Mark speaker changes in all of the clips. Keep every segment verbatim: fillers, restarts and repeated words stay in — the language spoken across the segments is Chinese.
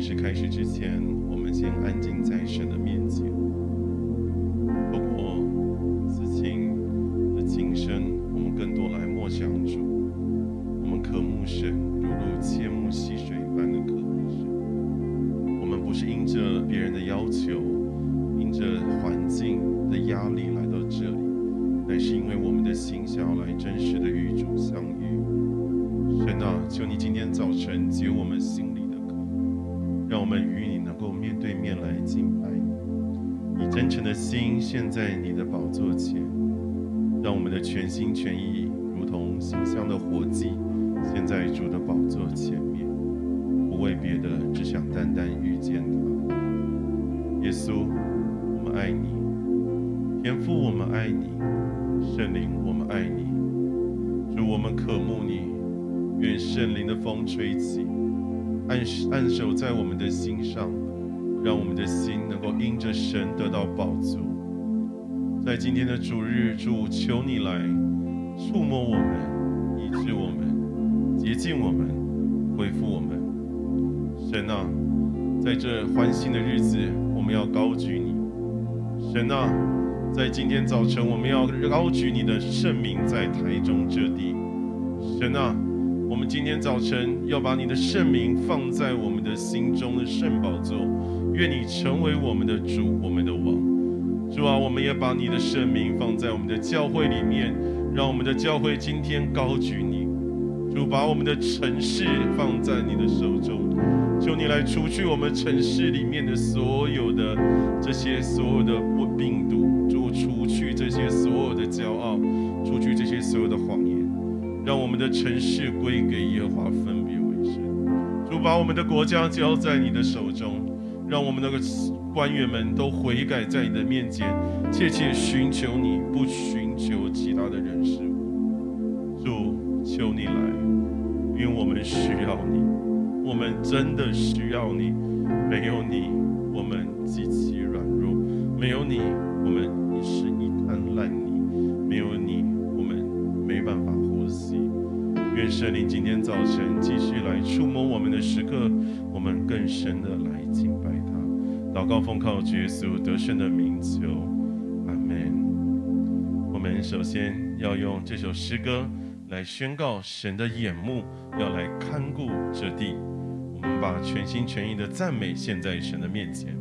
Speaker 1: 件事开始之前，我们先安静在神的面前，透过此情的今生，我们更多来默想主，我们渴慕神，如入切慕溪水般的渴慕神。我们不是因着别人的要求，因着环境的压力来到这里，乃是因为我们的心想要来真实的与主相遇。神啊，求你今天早晨解我们心里的渴，让我们与你能够面对面来敬拜你，以真诚的心献在你的宝座前，让我们的全心全意如同馨香的火祭献在主的宝座前面，不为别的，只想单单遇见他。耶稣，我们爱你；天父，我们爱你；圣灵，我们爱你。主，我们渴慕你，愿圣灵的风吹起，按按手在我们的心上，让我们的心能够因着神得到饱足。在今天的主日，主，求你来触摸我们，医治我们，洁净我们，恢复我们。神啊，在这欢欣的日子，我们要高举你。神啊，在今天早晨，我们要高举你的圣名在台中这地。神啊，我们今天早晨要把你的圣名放在我们的心中的圣宝座，愿你成为我们的主，我们的王。主啊，我们也把你的圣名放在我们的教会里面，让我们的教会今天高举你。主，把我们的城市放在你的手中，求你来除去我们城市里面的所有的这些所有的病毒，主，除去这些所有的骄傲，除去这些所有的谎言，让我们的城市归给耶和华，分别为圣。主，把我们的国家交在你的手中，让我们那个官员们都悔改在你的面前，切切寻求你，不寻求其他的人事物。主，求你来，因为我们需要你，我们真的需要你。没有你，我们极其软弱；没有你，我们是一滩烂泥；没有你，我们没办法呼吸。愿圣灵今天早晨继续来触摸我们的时刻，我们更深的来敬拜他。祷告奉靠主耶稣得胜的名求，阿们。我们首先要用这首诗歌来宣告神的眼目要来看顾这地，我们把全心全意的赞美献在神的面前。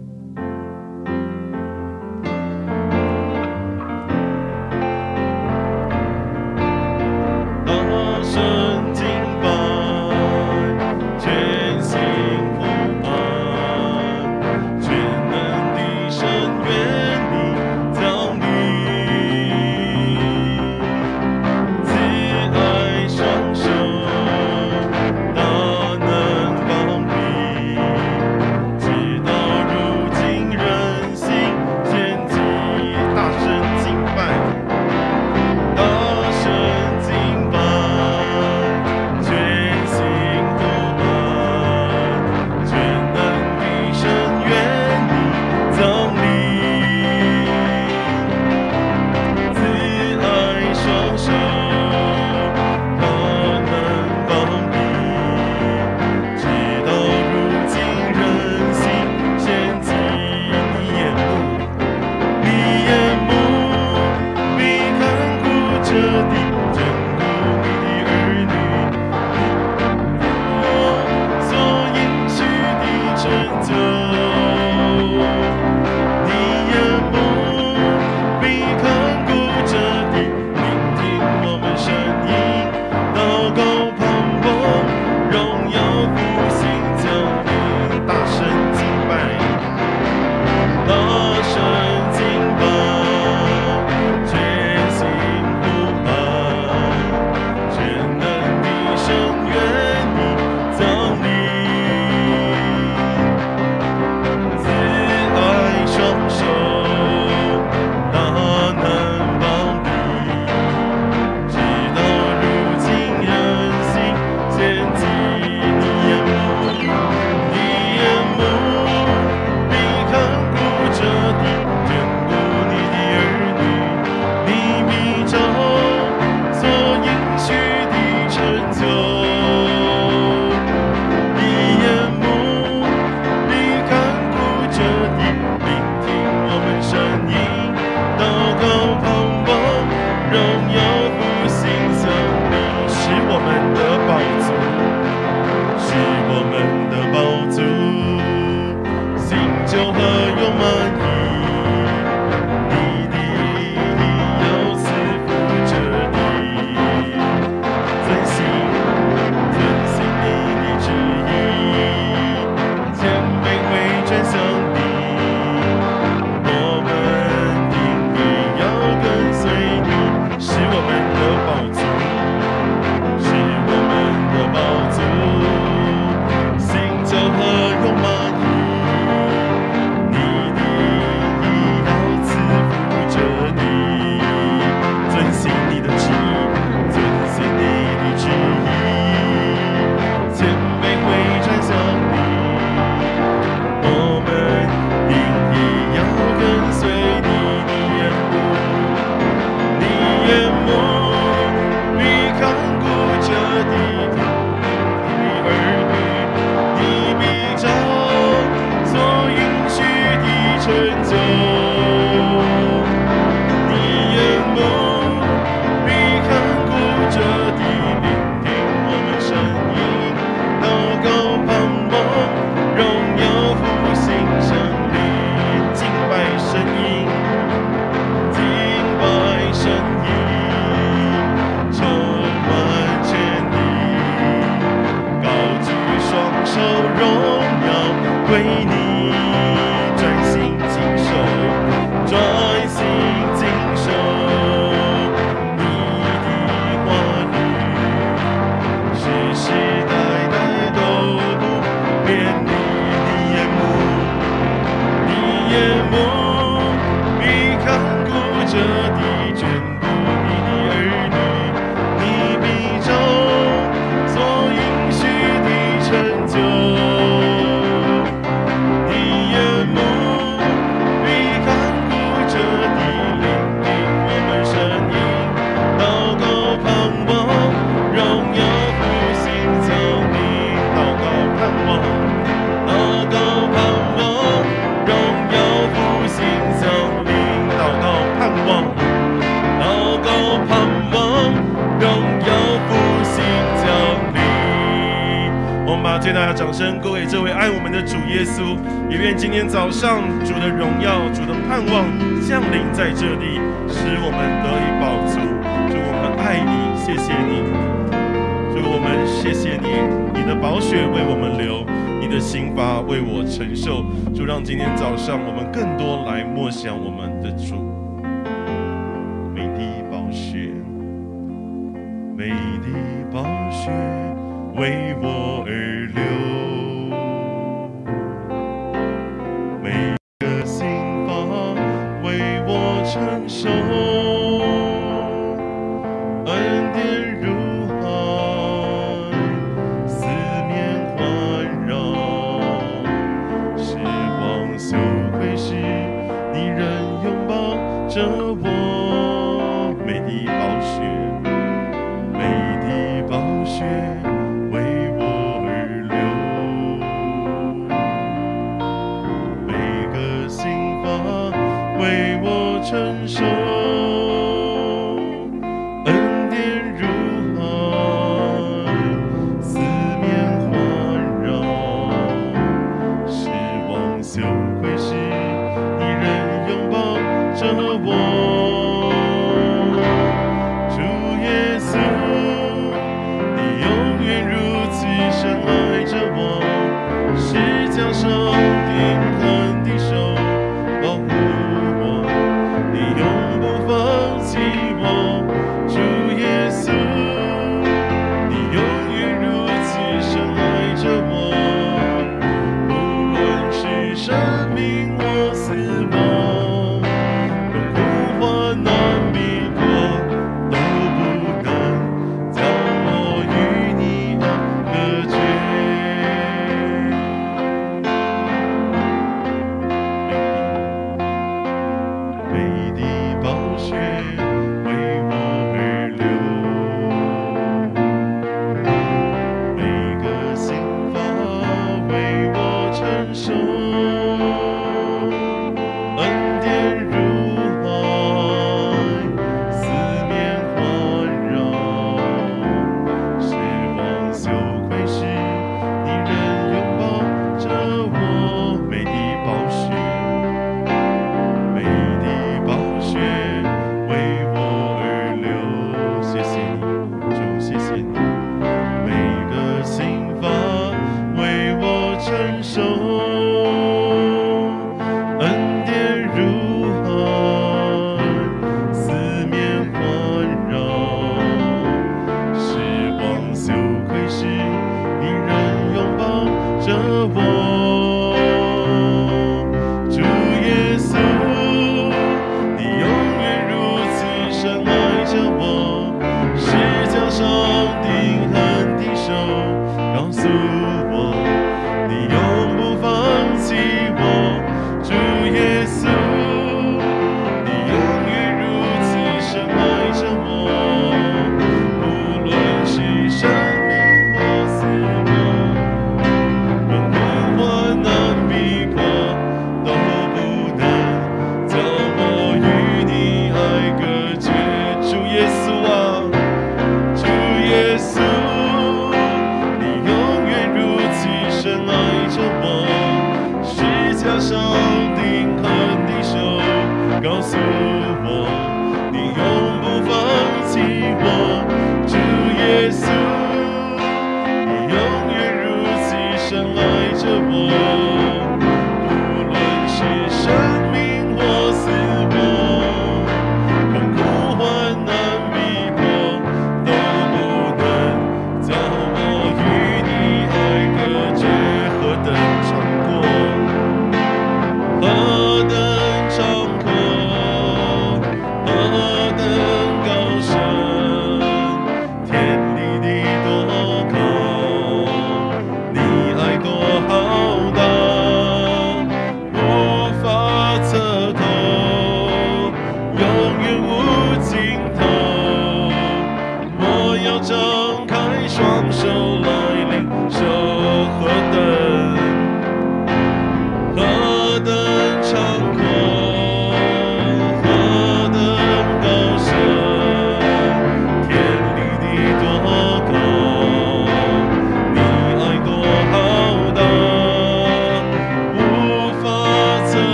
Speaker 1: 大声敬拜，全心呼唤，全能的神愿你降临，慈爱双手，大能帮你，直到如们把最大的掌声归给这位爱我们的主耶稣，也愿今天早上主的荣耀、主的盼望降临在这里，使我们得以饱足。主，我们爱你，谢谢你。主，我们谢谢你，你的宝血为我们流，你的刑罚为我承受。主，让今天早上我们更多来默想我们的主。美的宝血，美的宝血为我而流，每个刑罚为我承受，恩典如海，四面环绕，时光羞愧时，你仍拥抱着我，美的宝血，美的宝血为我而流，每个刑罚为我承受，恩典如海，四面环绕，时光羞愧时，你仍拥抱着我。主耶稣，你永远如此深爱着我，是将上钉痕的手保护我，你永不放弃我。主耶稣，你永远如此深爱着我，不论是生命或死亡，用呼唤难迷过，都不能将我与你隔绝。美的宝血为我而流，每个刑罚为我承受，恩典如海，四面环绕，时光羞愧时，你仍拥抱着我，美的宝血，美的宝血为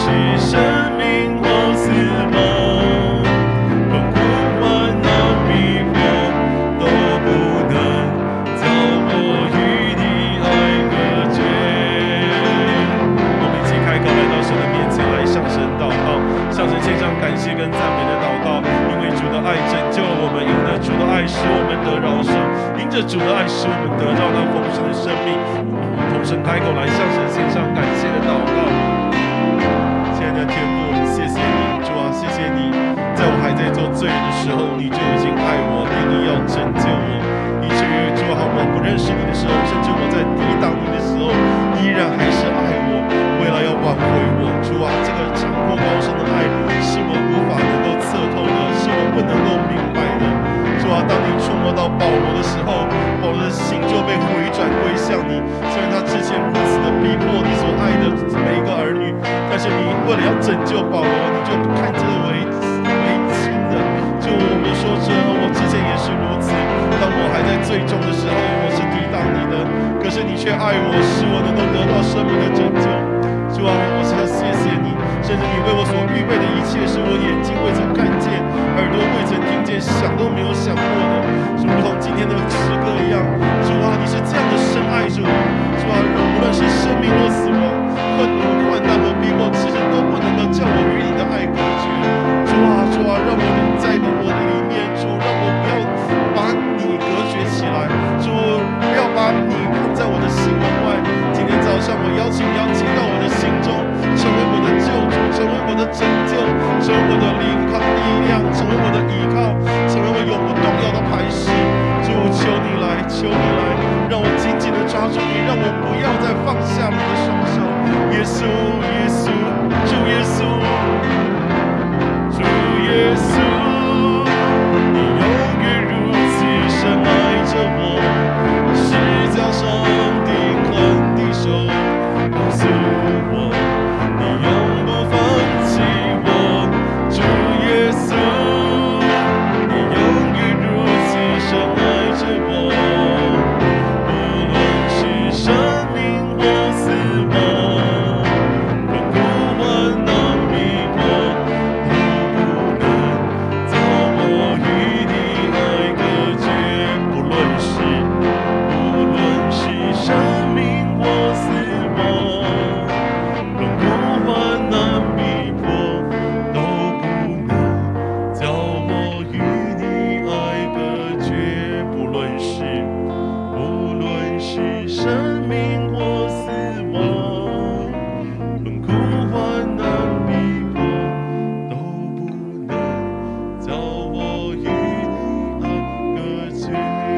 Speaker 1: 是生命或死亡，痛苦患难逼迫都不能叫我与你爱隔绝。我们一起开口来到神的面前，来向神祷告，向神献上感谢跟赞美的祷告。因为主的爱拯救了我们，因着主的爱使我们得饶恕，因着主的爱使我们得到那丰盛的生命。同声开口来向神献上感谢的祷告。亲爱的天父，谢谢你，主啊，谢谢你，在我还在做罪人的时候，你就已经爱我，定义要拯救我，以至于主啊，我不认识你的时候，甚至我在抵挡你的时候，依然还是爱我，为了要挽回我。主啊，这个长阔高深的爱是我无法能够测透的，是我不能够明白的。主啊，当你触摸到保罗的时候，保罗的心就被回转归向你。虽然他之前如此的逼迫你所爱的每一个儿女，但是你为了要拯救保罗，你就不看这个为为轻的。就我们说这，我之前也是如此。当我还在最终的时候，我是抵挡你的，可是你却爱我，使我能够得到生命的拯救。主啊，我想谢谢你，甚至你为我所预备的一切，是我眼睛未曾看见，耳朵未曾听见，想都没有想过的，就如同今天的诗歌一样。主啊，你是这样的深爱着我。主啊，无论是生命或死亡，困苦、患难和逼迫，其实都不能够叫我与你的爱隔绝。主啊，主啊，让我能在我的里面，主，让我不要把你隔绝起来，主，不要把你放在我的心门外。今天早上，我邀请你要进到我的心中，成为我的救主，成为我的拯救，成为我的力靠力量，成为我的依靠，成为我永不动摇的磐石。主，求你来，求你来，让我紧紧地抓住你，让我不要再放下你的双手。耶稣，耶稣，主耶稣，主耶稣，你永远如此深爱着我，是叫上帝宽的手告诉我，你永不放弃我。主耶稣，你永远如此深爱着我，无论是生命或死亡，痛苦患难逼迫都不能叫我与你爱隔绝。不论是无论是生命或死亡，痛苦患难逼迫都不能叫我与你爱隔绝。不论是无论是生命或死亡，痛苦患难逼迫都不能叫我与你爱隔绝。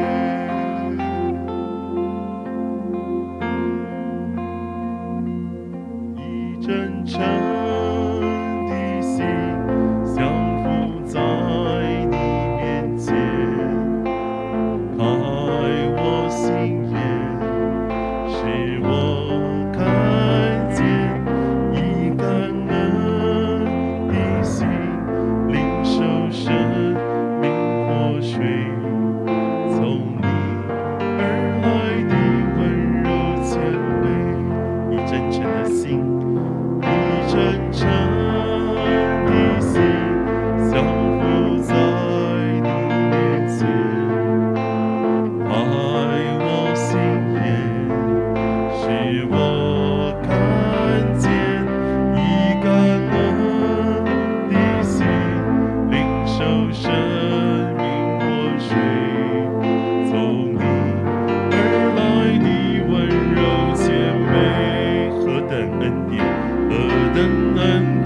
Speaker 1: 以真诚的心降服在你面前，开我心眼，使我看见，以感恩的心领受生命活水，从你而来的温柔谦卑。以真诚的心，以真诚的心降服在你面前，开我心眼，使我看见，以感恩的心领受生命活水，从你而来的温柔谦卑。何等恩典，何等恩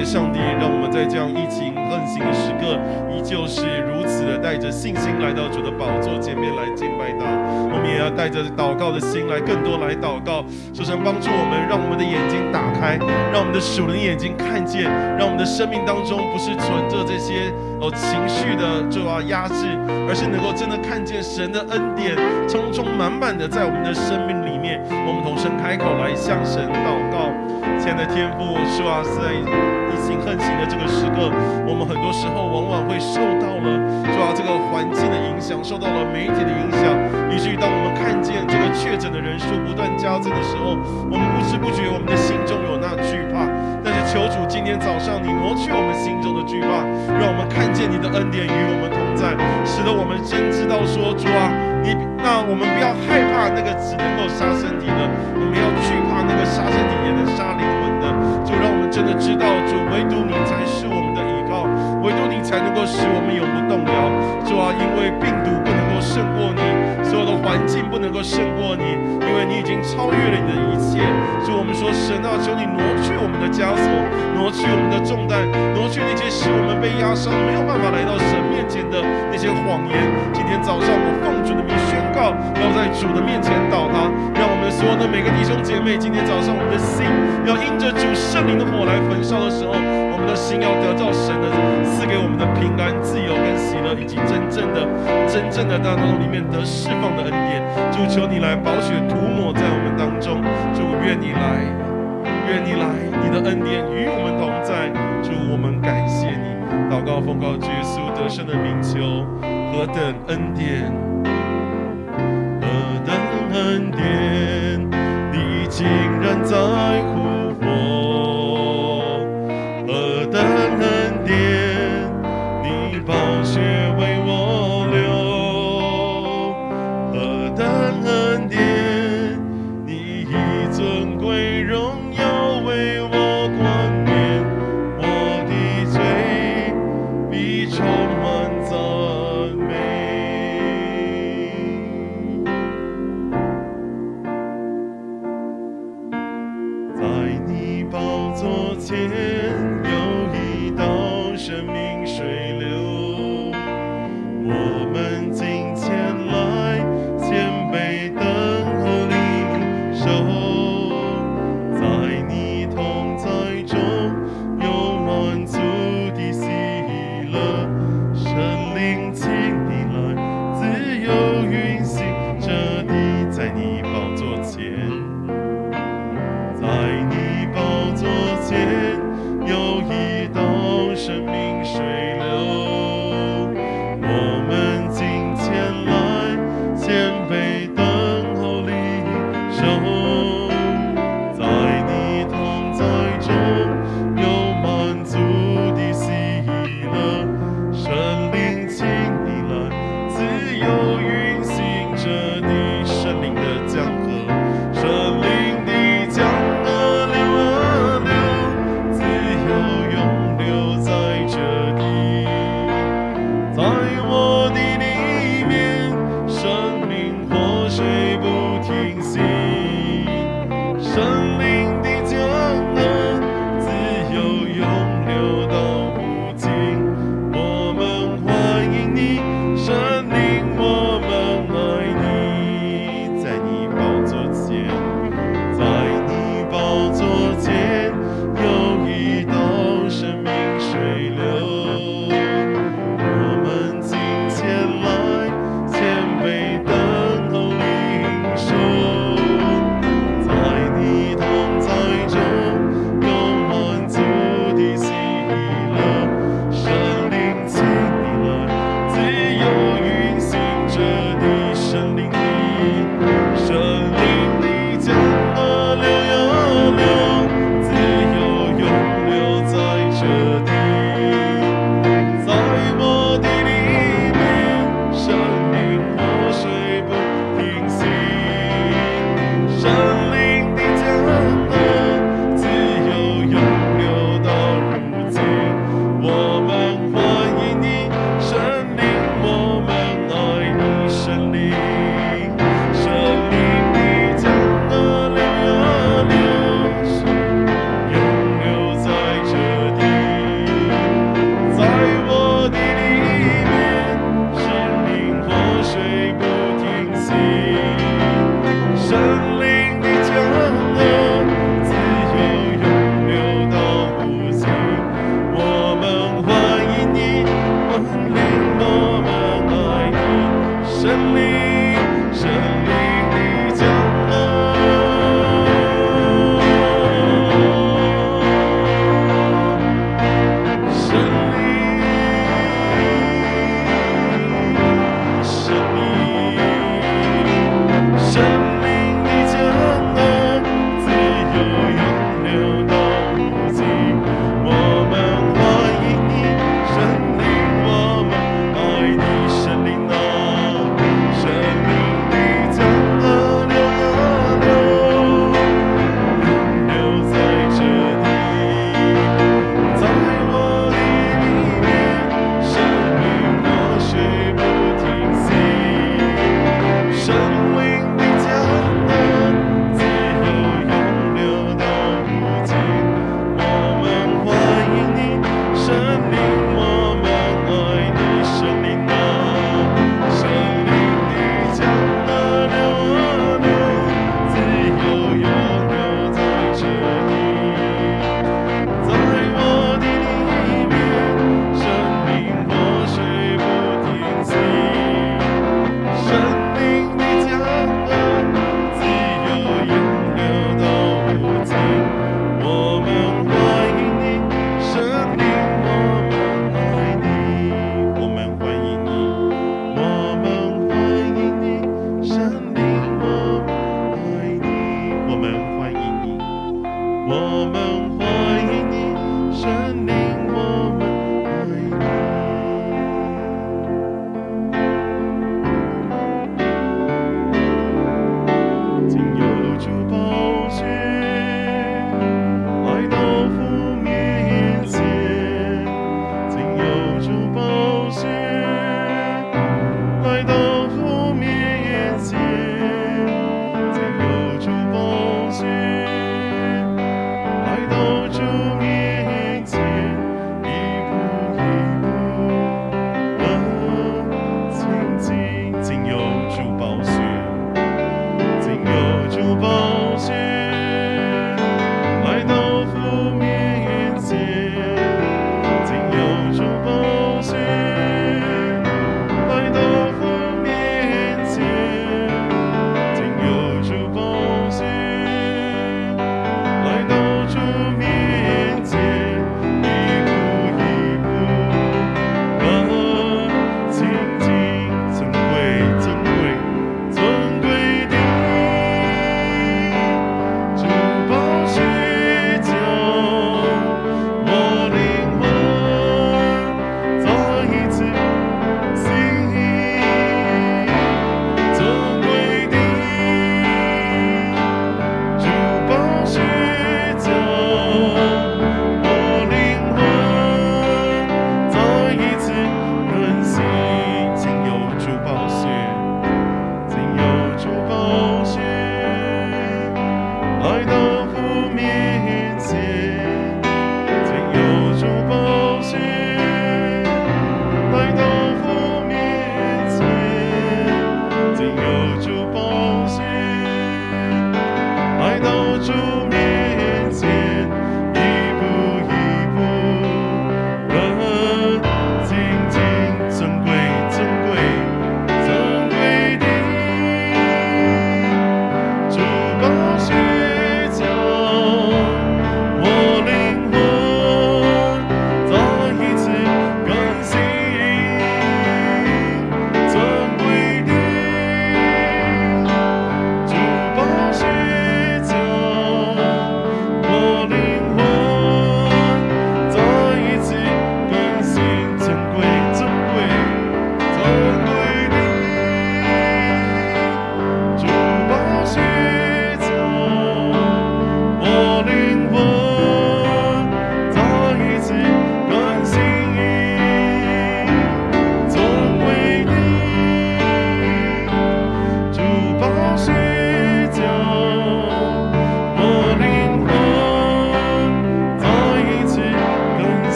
Speaker 1: 谢上帝，让我们在这样疫情横行的时刻，依旧是如此的带着信心来到主的宝座前面来敬拜他。我们也要带着祷告的心来，更多来祷告，求神帮助我们，让我们的眼睛打开，让我们的属灵眼睛看见，让我们的生命当中不是存着这些哦情绪的就要压制，而是能够真的看见神的恩典充充满满的在我们的生命里面。我们同声开口来向神祷告。亲爱的天父，是啊，在疫情横行的这个时刻，我们很多时候往往会受到了是啊这个环境的影响，受到了媒体的影响，以至于当我们看见这个确诊的人数不断加增的时候，我们不知不觉我们的心中有那惧怕。但是求主今天早上你挪去我们心中的惧怕，让我们看见你的恩典与我们同在，使得我们真知道说，主啊，你那我们不要害怕那个只能够杀身体的，我们要惧怕那个杀身体也能杀灵魂的。就让我们真的知道，主唯独你才是我们的依靠，唯独你才能够使我们永不动摇。主啊，因为病毒不能够胜过你，所有的环境不能够胜过你，因为你已经超越了你的一切。主，我们说神啊，求你挪去我们的枷锁，挪去我们的重担，挪去那些使我们被压伤没有办法来到神面前的那些谎言。今天早上我奉主的名宣告，要在主的面前倒塌，让我们所有的每个弟兄姐妹，今天早上我们的心要因着主圣灵的火来焚烧的时候，我们的心要得到神的赐给我们的平安、自由跟喜乐，以及真正的、真正的当中里面得释放的恩典。主，求你来宝血涂抹在我们当中。主，愿你来，愿你来，你的恩典与我们同在。主，我们感谢你。祷告奉靠主耶稣得胜的名求，何等恩典，何等恩典，你竟然在乎我，何等恩典，你宝血为我流，何等恩典，你以尊贵荣耀为我冠冕，我的罪必充满赞美。在你宝座前有一道生命水流，我们今前来谦卑等候领受，在你同在中有满足的喜乐，神灵请你来，自由运行这地，在你宝座前，在你宝座前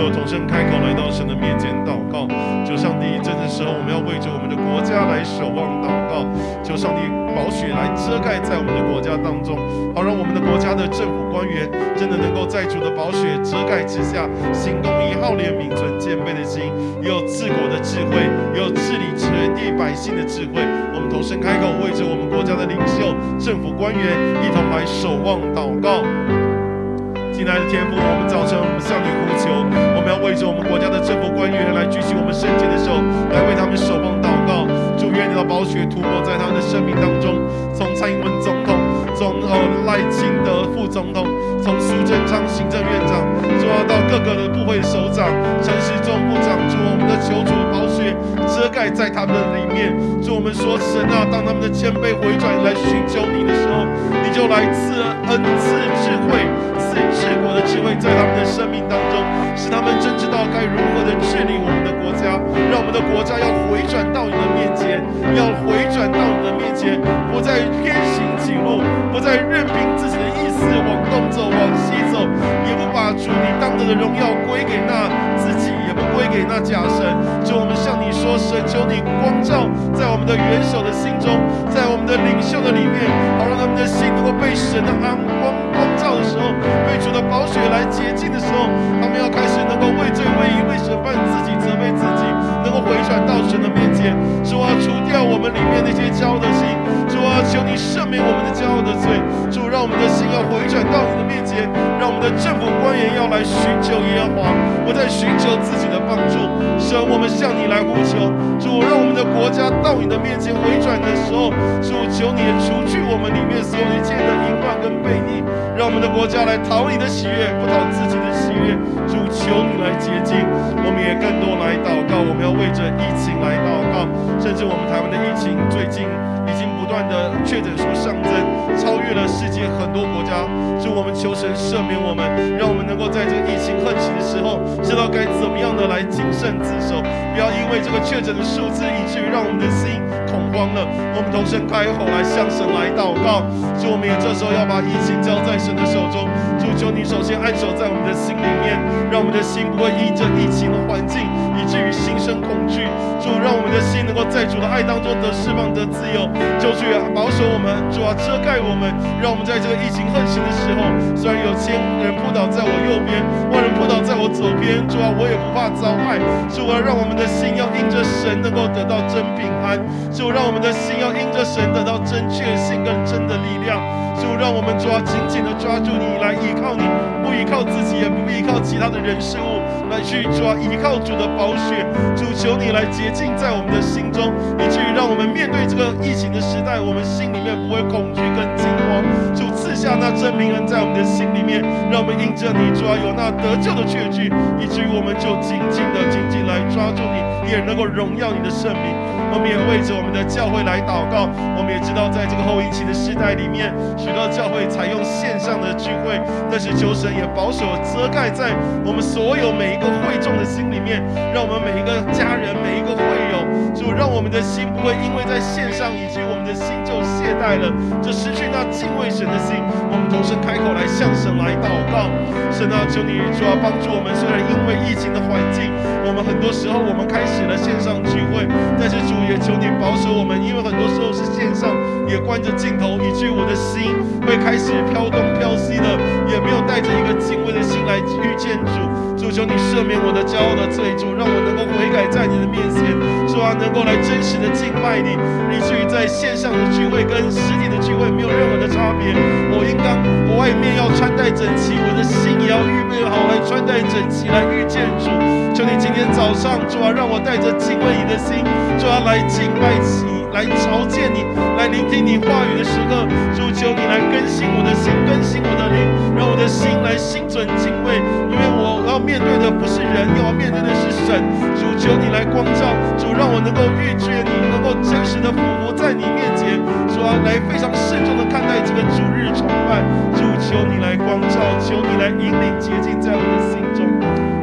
Speaker 1: 就同声开口来到神的面前祷告。求上帝，这个时候我们要为着我们的国家来守望祷告。求上帝宝血来遮盖在我们的国家当中，好让我们的国家的政府官员真的能够在主的宝血遮盖之下，行公义、好怜悯、存谦卑的心，也有治国的智慧，也有治理全地百姓的智慧。我们同声开口，为着我们国家的领袖、政府官员一同来守望祷告。亲爱的天父，我们早晨我们向你呼求，我们要为着我们国家的政府官员来举起我们圣洁的手，来为他们守望祷告。主，愿你的宝血涂抹在他们的生命当中，从蔡英文总统，从呃赖清德副总统，从苏贞昌行政院长，主要到各个的部会首长、陈时中部长，主，我们的求主的宝血遮盖在他们的里面。主，我们说神啊，当他们的谦卑回转来寻求你的时候，你就来赐恩赐智慧。治国的智慧在他们的生命当中，使他们真知道该如何的治理我们的国家，让我们的国家要回转到你的面前，要回转到你的面前，不再偏行己路，不再任凭自己的意思往东走往西走，也不把主你当得的荣耀归给那自己，也不归给那假神。主，我们向你说，神求你光照在我们的元首的心中，在我们的领袖的里面，好让他们的心能够被神的安光光照的时候，被主的宝血来洁净的时候，他们要开始能够为罪为义为审判自己，责备自己，能够回转到神的面前。主啊，除掉我们里面那些骄傲的心。主啊，求你赦免我们的骄傲的罪。主，让我们的心要回转到你的面前，让我们的政府官员要来寻求耶和华，不再寻求自己的帮助。神，我们向你来呼求。主，让我们的国家到你的面前回转的时候，主，求你除去我们里面所有一切的淫乱跟悖逆，让我们的国家来讨你的喜悦，不讨自己的喜悦。主，求你来洁净。我们也更多来祷告，我们要为着疫情来祷告，甚至我们台湾的疫情最近已经不断的确诊数上增，超越了世界很多国家。主，我们求神赦免我们，让我们能够在这个疫情横行的时候，知道该怎么样的来谨慎自守，不要因为这个确诊的数字，以至于让我们的心恐慌了。我们同声开口来向神来祷告。主，我们也这时候要把疫情交在神的手中。主，求你首先安守在我们的心里面，让我们的心不会因着疫情的环境，以至于心生恐惧。主，让我们的心能够在主的爱当中得释放得自由。求主也保守我们，主啊，遮盖我们，让我们在这个疫情横行的时候，虽然有千人扑倒在我右边，万人扑倒在我左边，主啊，我也不怕遭害。主啊，让我们的心要因着神能够得到真平安。主，让我们的心要因着神得到真确信跟真的力量。主，让我们主啊紧紧的抓住你，来依靠你，不依靠自己，也不依靠其他的人事物，来去主啊依靠主的宝血。主，求你来洁净在我们的心中，以至于让我们面对这个疫情的时代，我们心里面不会恐惧跟惊慌。主，赐下那真平安在我们的心里面，让我们因着你主啊有那得救的确据，以至于我们就紧紧的紧紧来抓住你，也能够荣耀你的圣名。我们也为着我们的教会来祷告。我们也知道在这个后疫情的时代里面，许多教会采用线上的聚会，但是求神也保守遮盖在我们所有每一个会众的心里面，让我们每一个家人每一个会友，主，让我们的心不会因为在线上以及我们的心就懈怠了，就失去那敬畏神的心。我们同声开口来向神来祷告。神啊，求你主要帮助我们。虽然因为疫情的环境，我们很多时候我们开始了线上聚会，但是主也求你保守我们，因为很多时候是线上也关着镜头，以至于我的心会开始飘东飘西的，也没有带着一个敬畏的心来遇见主。主，求你赦免我的骄傲的罪，主，让我能够悔改在你的面前，主啊，能够来真实的敬拜你，以至于在线上的聚会跟实体的聚会没有任何的差别。我应当我外面要穿戴整齐，我的心也要预备好来穿戴整齐来遇见主。求你今天早上，主啊，让我带着敬畏你的心，主啊，来敬拜你，来朝见你，来聆听你话语的时刻。主，求你来更新我的心，更新我的灵，让我的心来心存敬畏，因为我要面对的不是人，要面对的是神。主，求你来光照，主，让我能够遇见你，能够真实的俯伏在你面前，主啊，来非常慎重的看待这个主日崇拜。主，求你来光照，求你来引领洁净在我的心中。我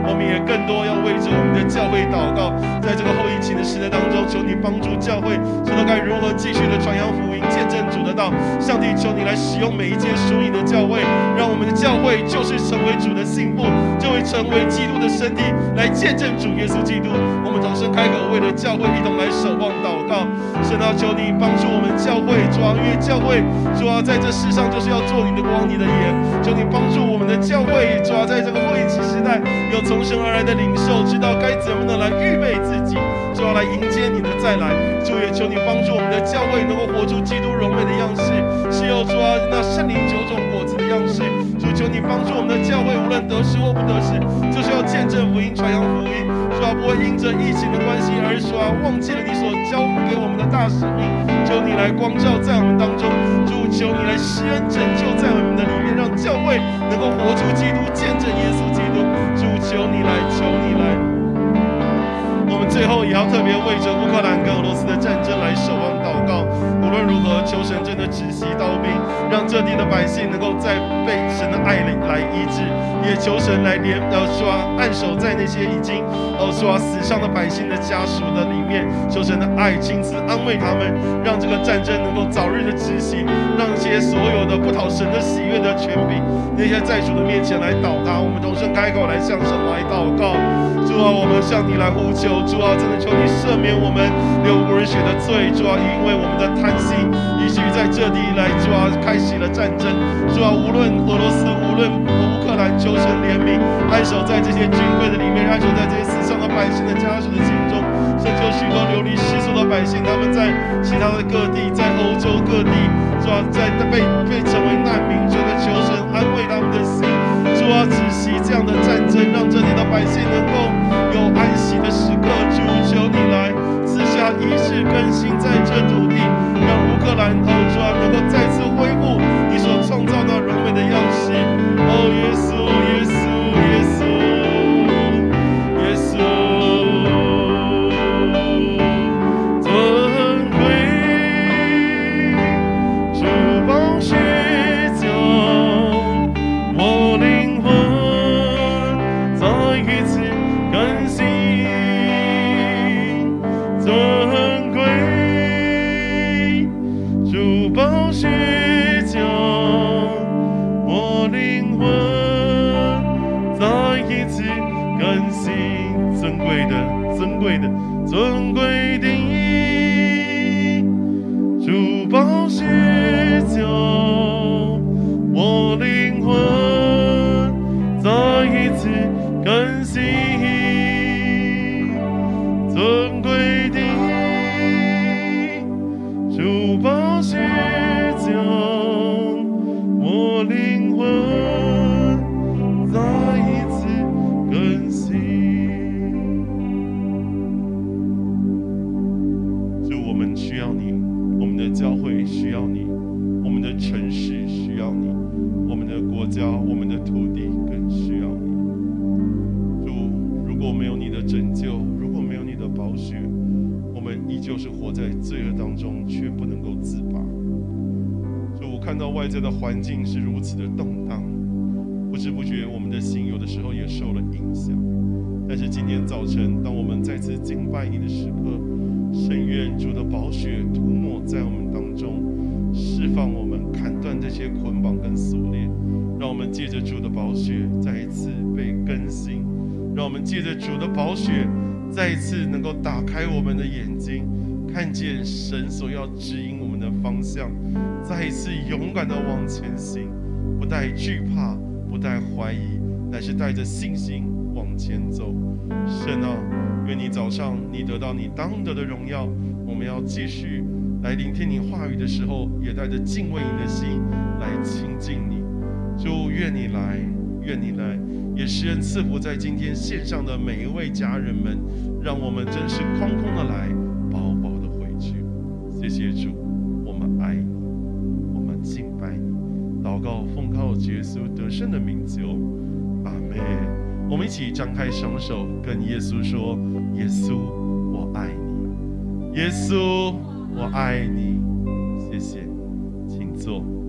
Speaker 1: 我们也更多要为着我们的教会祷告。在这个后疫情的时代当中，求你帮助教会，知道该如何继续的传扬福音，见证主的道。上帝，求你来使用每一间属你的教会，让我们的教会就是成为主的信部，就会成为基督的身体，来见证主耶稣基督。我们掌声开口，为了教会一同来守望祷告。神啊，求你帮助我们教会，主啊，因为教会主啊在这世上就是要做你的光，你的盐。求你帮助我们的教会，主啊，在这个后疫情时代，有从神而来的领袖，知道该怎么的来预备自己，主要来迎接你的再来。主也求你帮助我们的教会能够活出基督荣美的样式，是有主啊那圣灵九种果子的样式。主，求你帮助我们的教会，无论得失或不得失，就是要见证福音，传扬福音。主啊，不会因着疫情的关系而主啊忘记了你所交付给我们的大使命。求你来光照在我们当中，主，求你来施恩拯救在我们的里面，让教会能够活出基督，见证耶稣基督。主，求你来，求你来。我们最后也要特别为着乌克兰跟俄罗斯的战争来守望祷告。无论如何，求神真的止息刀兵，让这地的百姓能够在被神的爱里来医治，也求神来怜呃说按手在那些已经呃说死伤的百姓的家属的里面，求神的爱亲自安慰他们，让这个战争能够早日的止息，让一些所有的不讨神的喜悦的权柄，那些在主的面前来倒塌。我们同声开口来向神来祷告。主啊，我们向你来呼求，主啊，真的求你赦免我们流无人血的罪。主啊，因为我们的贪心，以至于在这地来，主啊，开启了战争。主啊，无论俄罗斯，无论乌克兰，求神怜悯，安守在这些军队的里面，安守在这些死伤的百姓的家属的心中。甚至有许多流离失所的百姓，他们在其他的各地，在欧洲各地，主啊，在被被成为难民，主的求神安慰他们的心。主啊，止息这样的战争，让这里的百姓能够有安息的时刻。主，求你来赐下医治更新在这土地，让乌克兰哦主啊能够再次恢复你所创造那荣美的样式。哦，耶稣，耶稣，耶稣，耶稣，尊贵主宝血将我灵魂再一次更新，尊贵主宝血将我灵魂再一次更新，尊贵的，尊贵的，尊贵的主宝血将我灵魂再一次更新，尊贵的主宝血将我灵魂再一次更新。主，我们需要你，我们的教会需要你，我们的城市需要你，我们的国家，我们的土地更需要你。主，如果没有你的拯救，如果没有你的宝血，我们依旧是活在罪恶当中，却不能够自拔。主，我看到外在的环境是如此的动荡，不知不觉我们的心有的时候也受了影响。但是今天早晨，当我们再次敬拜你的时刻，神愿主的宝血涂抹在我们当中，释放我们，砍断这些捆绑跟锁链，让我们借着主的宝血再一次被更新，让我们借着主的宝血再一次能够打开我们的眼睛，看见神所要指引我们的方向，再一次勇敢的往前行，不带惧怕，不带怀疑，乃是带着信心往前走。神啊，愿你早上你得到你当得的荣耀。我们要继续来聆听你话语的时候，也带着敬畏你的心来亲近你。主，愿你来，愿你来，也施恩赐福在今天线上的每一位家人们，让我们真是空空的来，饱饱的回去。谢谢主，我们爱你，我们敬拜你，祷告奉靠主耶稣得胜的名求，阿们。我们一起张开双手，跟耶稣说：耶稣，我爱你。耶稣，我爱你。谢谢，请坐。